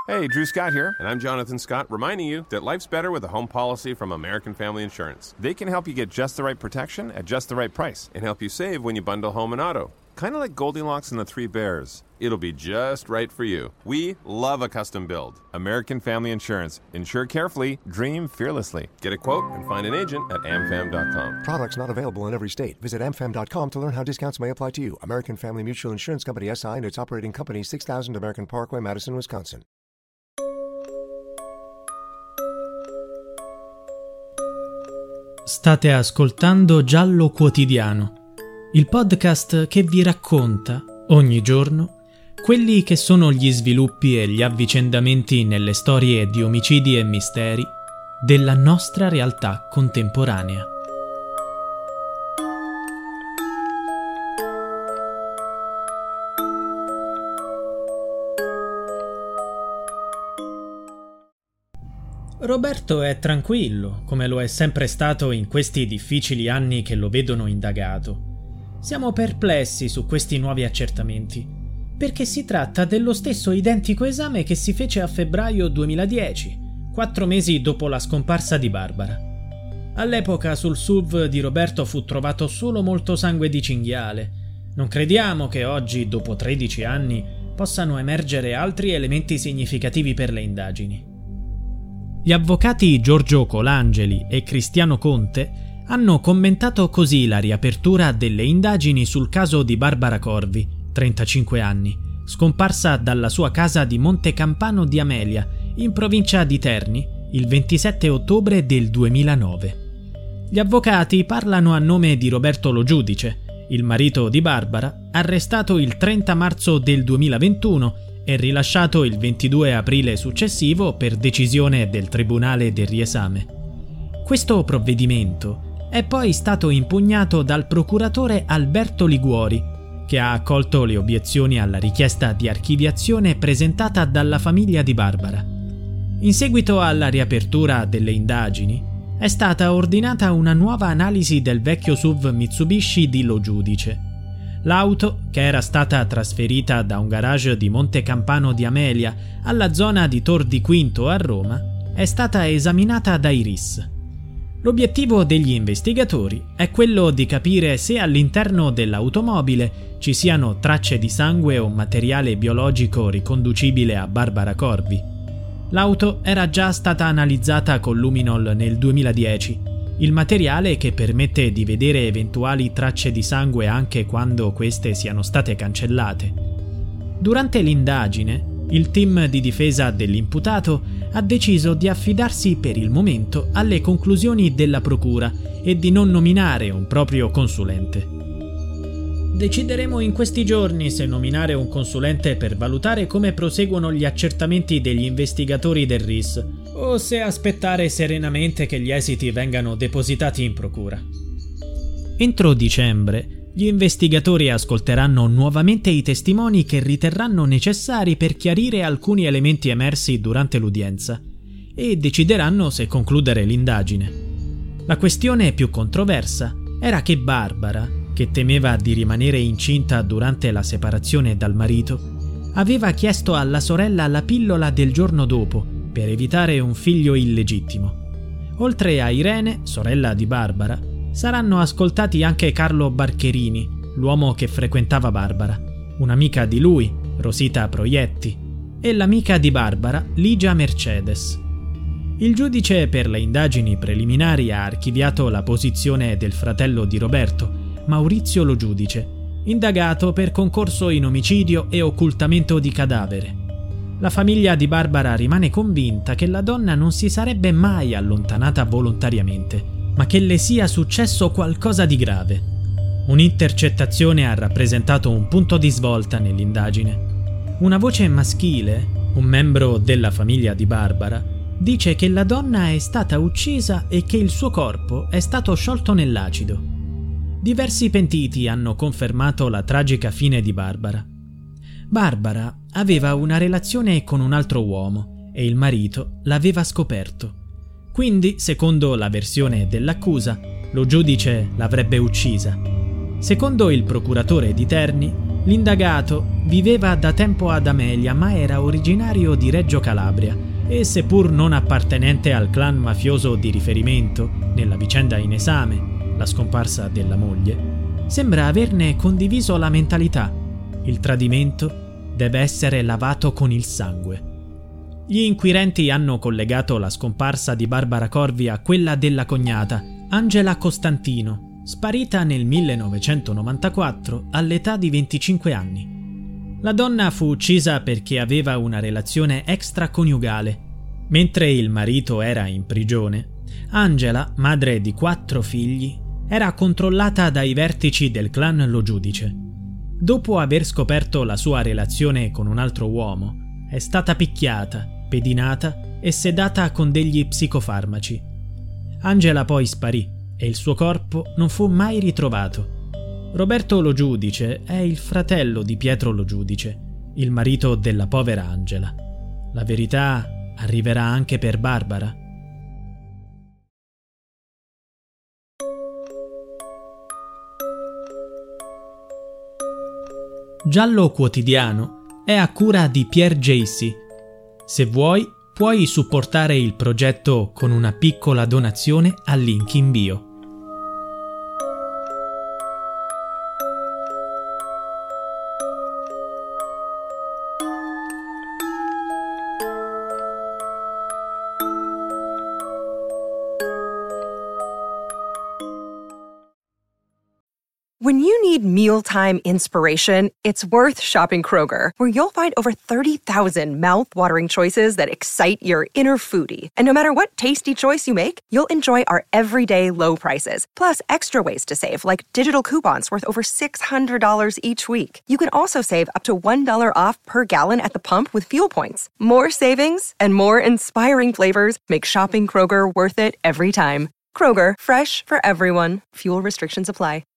Hey, Drew Scott here, and I'm Jonathan Scott, reminding you that life's better with a home policy from American Family Insurance. They can help you get just the right protection at just the right price and help you save when you bundle home and auto. Kind of like Goldilocks and the Three Bears. It'll be just right for you. We love a custom build. American Family Insurance. Insure carefully, dream fearlessly. Get a quote and find an agent at amfam.com. Products not available in every state. Visit amfam.com to learn how discounts may apply to you. American Family Mutual Insurance Company SI and its operating company 6000 American Parkway, Madison, Wisconsin. State ascoltando Giallo Quotidiano, il podcast che vi racconta, ogni giorno, quelli che sono gli sviluppi e gli avvicendamenti nelle storie di omicidi e misteri della nostra realtà contemporanea. Roberto è tranquillo, come lo è sempre stato in questi difficili anni che lo vedono indagato. Siamo perplessi su questi nuovi accertamenti, perché si tratta dello stesso identico esame che si fece a febbraio 2010, 4 mesi dopo la scomparsa di Barbara. All'epoca sul SUV di Roberto fu trovato solo molto sangue di cinghiale. Non crediamo che oggi, dopo 13 anni, possano emergere altri elementi significativi per le indagini. Gli avvocati Giorgio Colangeli e Cristiano Conte hanno commentato così la riapertura delle indagini sul caso di Barbara Corvi, 35 anni, scomparsa dalla sua casa di Monte Campano di Amelia, in provincia di Terni, il 27 ottobre del 2009. Gli avvocati parlano a nome di Roberto Lo Giudice, il marito di Barbara, arrestato il 30 marzo del 2021 e rilasciato il 22 aprile successivo per decisione del Tribunale del Riesame. Questo provvedimento è poi stato impugnato dal procuratore Alberto Liguori, che ha accolto le obiezioni alla richiesta di archiviazione presentata dalla famiglia di Barbara. In seguito alla riapertura delle indagini, è stata ordinata una nuova analisi del vecchio SUV Mitsubishi di Lo Giudice. L'auto, che era stata trasferita da un garage di Monte Campano di Amelia alla zona di Tor di Quinto a Roma, è stata esaminata dai RIS. L'obiettivo degli investigatori è quello di capire se all'interno dell'automobile ci siano tracce di sangue o materiale biologico riconducibile a Barbara Corvi. L'auto era già stata analizzata con luminol nel 2010, il materiale che permette di vedere eventuali tracce di sangue anche quando queste siano state cancellate. Durante l'indagine, il team di difesa dell'imputato ha deciso di affidarsi per il momento alle conclusioni della procura e di non nominare un proprio consulente. Decideremo in questi giorni se nominare un consulente per valutare come proseguono gli accertamenti degli investigatori del RIS o se aspettare serenamente che gli esiti vengano depositati in procura. Entro dicembre, gli investigatori ascolteranno nuovamente i testimoni che riterranno necessari per chiarire alcuni elementi emersi durante l'udienza e decideranno se concludere l'indagine. La questione più controversa era che Barbara, che temeva di rimanere incinta durante la separazione dal marito, aveva chiesto alla sorella la pillola del giorno dopo per evitare un figlio illegittimo. Oltre a Irene, sorella di Barbara, saranno ascoltati anche Carlo Barcherini, l'uomo che frequentava Barbara, un'amica di lui, Rosita Proietti, e l'amica di Barbara, Ligia Mercedes. Il giudice per le indagini preliminari ha archiviato la posizione del fratello di Roberto, Maurizio Lo Giudice, indagato per concorso in omicidio e occultamento di cadavere. La famiglia di Barbara rimane convinta che la donna non si sarebbe mai allontanata volontariamente, ma che le sia successo qualcosa di grave. Un'intercettazione ha rappresentato un punto di svolta nell'indagine. Una voce maschile, un membro della famiglia di Barbara, dice che la donna è stata uccisa e che il suo corpo è stato sciolto nell'acido. Diversi pentiti hanno confermato la tragica fine di Barbara. Barbara aveva una relazione con un altro uomo e il marito l'aveva scoperto. Quindi, secondo la versione dell'accusa, lo giudice l'avrebbe uccisa. Secondo il procuratore di Terni, L'indagato viveva da tempo ad Amelia, ma era originario di Reggio Calabria e, seppur non appartenente al clan mafioso di riferimento nella vicenda in esame, la scomparsa della moglie, sembra averne condiviso la mentalità. Il tradimento deve essere lavato con il sangue. Gli inquirenti hanno collegato la scomparsa di Barbara Corvi a quella della cognata, Angela Costantino, sparita nel 1994 all'età di 25 anni. La donna fu uccisa perché aveva una relazione extraconiugale. Mentre il marito era in prigione, Angela, madre di 4 figli, era controllata dai vertici del clan Lo Giudice. Dopo aver scoperto la sua relazione con un altro uomo, è stata picchiata, pedinata e sedata con degli psicofarmaci. Angela poi sparì e il suo corpo non fu mai ritrovato. Roberto Lo Giudice è il fratello di Pietro Lo Giudice, il marito della povera Angela. La verità arriverà anche per Barbara. Giallo Quotidiano è a cura di Pierre Jacy. Se vuoi, puoi supportare il progetto con una piccola donazione al link in bio. When you need mealtime inspiration, it's worth shopping Kroger, where you'll find over 30,000 mouth-watering choices that excite your inner foodie. And no matter what tasty choice you make, you'll enjoy our everyday low prices, plus extra ways to save, like digital coupons worth over $600 each week. You can also save up to $1 off per gallon at the pump with fuel points. More savings and more inspiring flavors make shopping Kroger worth it every time. Kroger, fresh for everyone. Fuel restrictions apply.